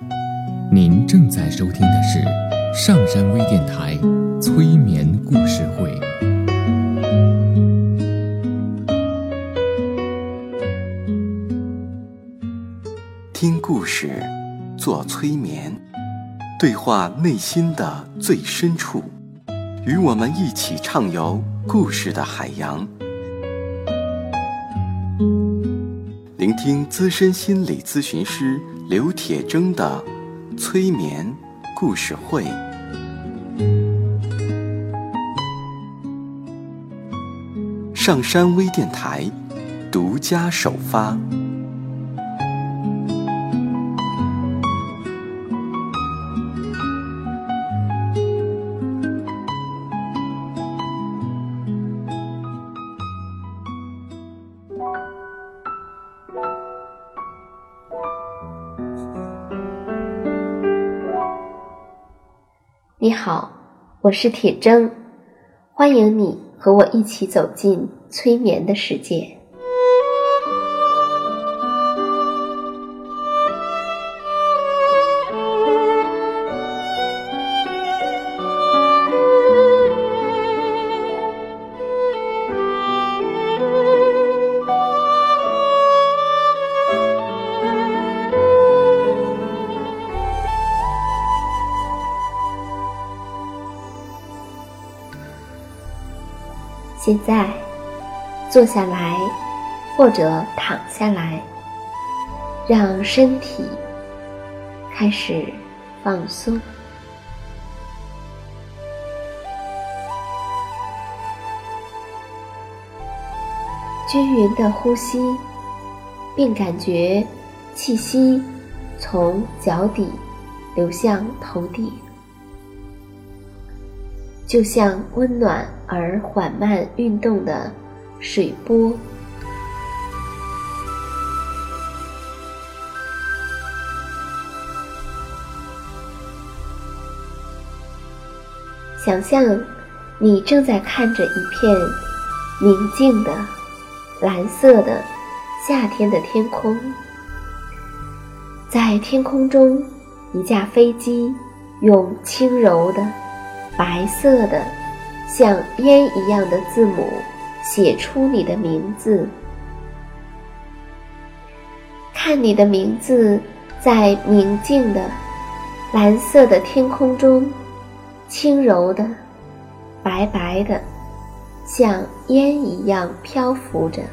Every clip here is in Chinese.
您正在收听的是上山微电台催眠故事会。 听故事，做催眠，对话内心的最深处，与我们一起畅游故事的海洋。聆听资深心理咨询师刘铁铮的催眠故事会。上山微电台独家首发。 你好，我是铁铮，欢迎你和我一起走进催眠的世界。现在坐下来或者躺下来，让身体开始放松。均匀的呼吸，并感觉气息从脚底流向头顶，就像温暖而缓慢运动的水波。想象你正在看着一片宁静的蓝色的夏天的天空，在天空中，一架飞机用轻柔的白色的像烟一样的字母写出你的名字。看你的名字在明净的蓝色的天空中，轻柔的白白的像烟一样漂浮着。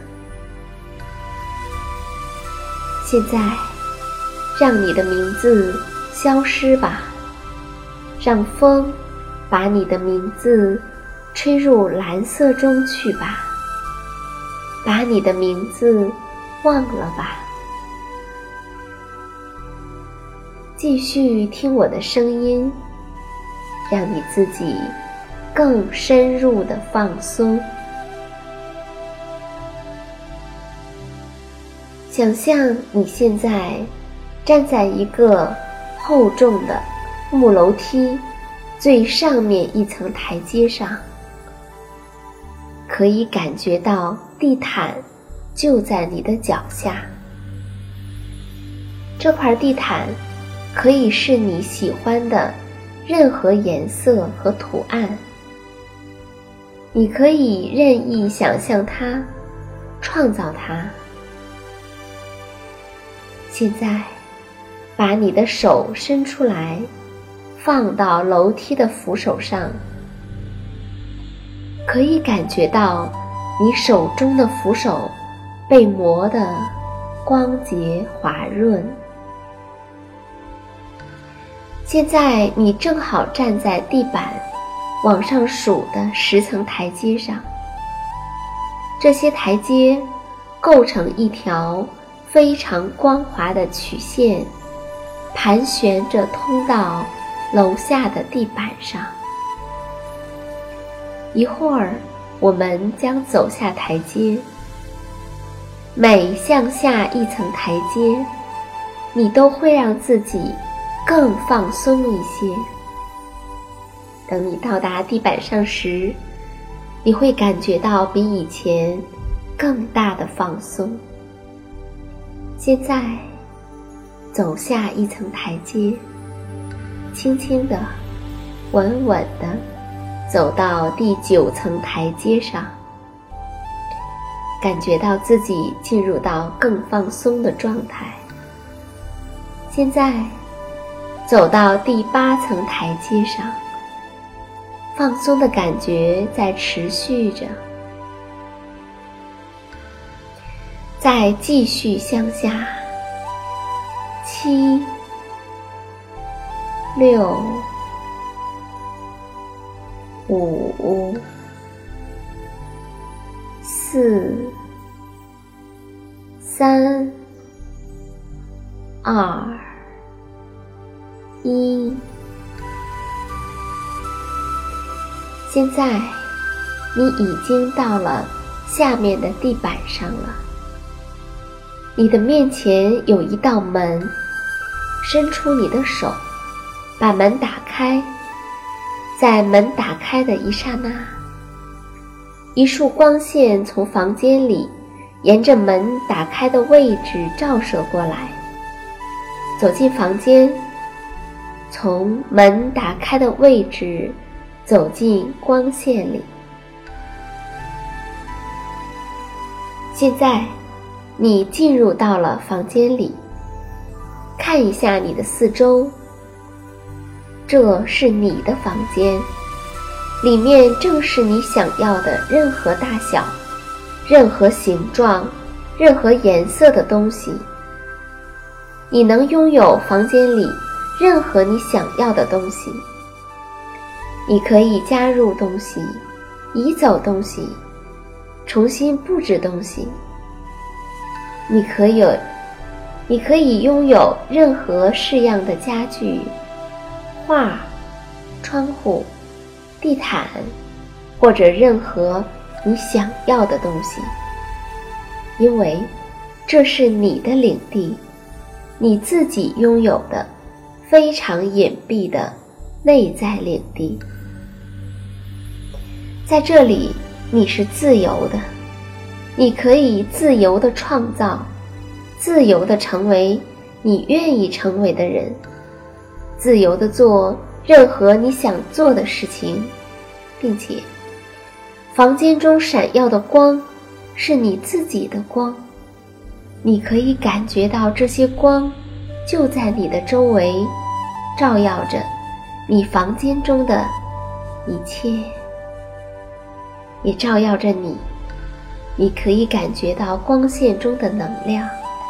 现在让你的名字消失吧，让风把你的名字吹入蓝色中去吧，把你的名字忘了吧。继续听我的声音，让你自己更深入的放松。想象你现在站在一个厚重的木楼梯最上面一层台阶上，可以感觉到地毯就在你的脚下。这块地毯可以是你喜欢的任何颜色和图案，你可以任意想象它，创造它。现在把你的手伸出来，放到楼梯的扶手上，可以感觉到你手中的扶手被磨得光洁滑润。现在你正好站在地板往上数的10层台阶上，这些台阶构成一条非常光滑的曲线，盘旋着通到楼下的地板上。一会儿我们将走下台阶，每向下一层台阶，你都会让自己更放松一些。等你到达地板上时，你会感觉到比以前更大的放松。现在走下一层台阶，轻轻地、稳稳地走到第9层台阶上，感觉到自己进入到更放松的状态。现在走到第8层台阶上，放松的感觉在持续着，再继续向下，7、6、5、4、3、2、1。现在你已经到了下面的地板上了，你的面前有一道门，伸出你的手，把门打开。在门打开的一刹那，一束光线从房间里沿着门打开的位置照射过来，走进房间，从门打开的位置走进光线里。现在你进入到了房间里，看一下你的四周，这是你的房间，里面正是你想要的任何大小、任何形状、任何颜色的东西。你能拥有房间里任何你想要的东西。你可以加入东西，移走东西，重新布置东西。你可以拥有任何式样的家具、画、窗户、地毯，或者任何你想要的东西，因为这是你的领地，你自己拥有的非常隐蔽的内在领地。在这里你是自由的，你可以自由地创造，自由地成为你愿意成为的人，自由地做任何你想做的事情，并且房间中闪耀的光是你自己的光，你可以感觉到这些光就在你的周围，照耀着你房间中的一切，也照耀着你，你可以感觉到光线中的能量。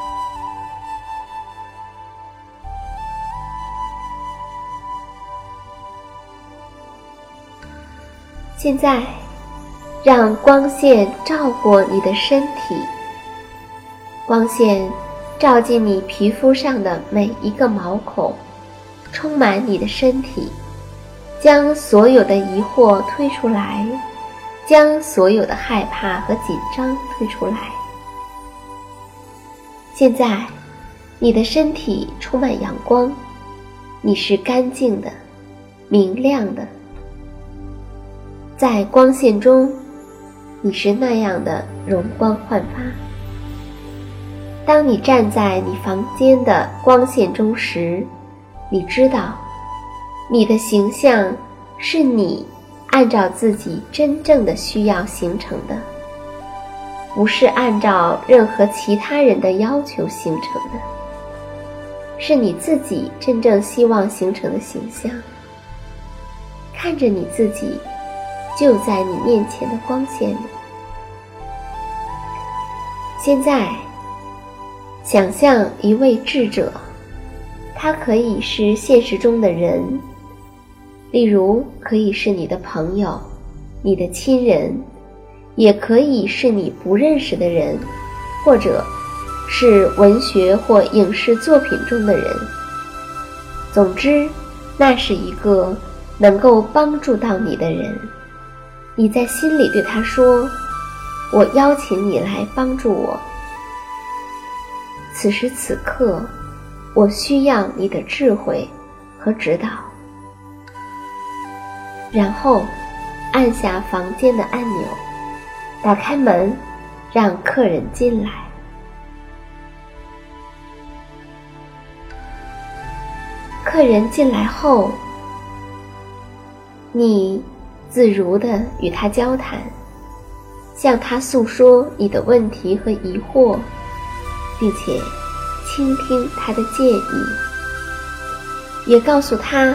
现在让光线照过你的身体，光线照进你皮肤上的每一个毛孔，充满你的身体，将所有的疑惑推出来，将所有的害怕和紧张推出来。现在你的身体充满阳光，你是干净的、明亮的，在光线中你是那样的容光焕发。当你站在你房间的光线中时，你知道你的形象是你按照自己真正的需要形成的，不是按照任何其他人的要求形成的，是你自己真正希望形成的形象。看着你自己就在你面前的光线里。现在想象一位智者，他可以是现实中的人，例如可以是你的朋友、你的亲人，也可以是你不认识的人，或者是文学或影视作品中的人。总之，那是一个能够帮助到你的人。你在心里对他说：我邀请你来帮助我，此时此刻我需要你的智慧和指导。然后按下房间的按钮，打开门，让客人进来。 客人进来后，你自如地与他交谈，向他诉说你的问题和疑惑，并且倾听他的建议，也告诉他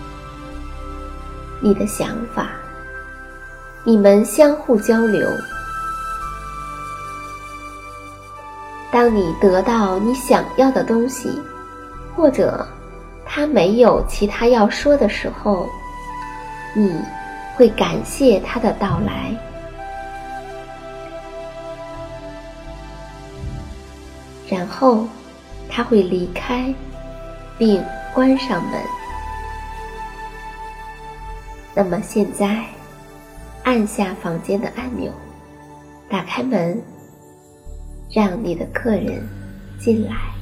你的想法，你们相互交流。当你得到你想要的东西，或者他没有其他要说的时候，你会感谢他的到来。然后他会离开，并关上门。那么现在，按下房间的按钮，打开门，让你的客人进来。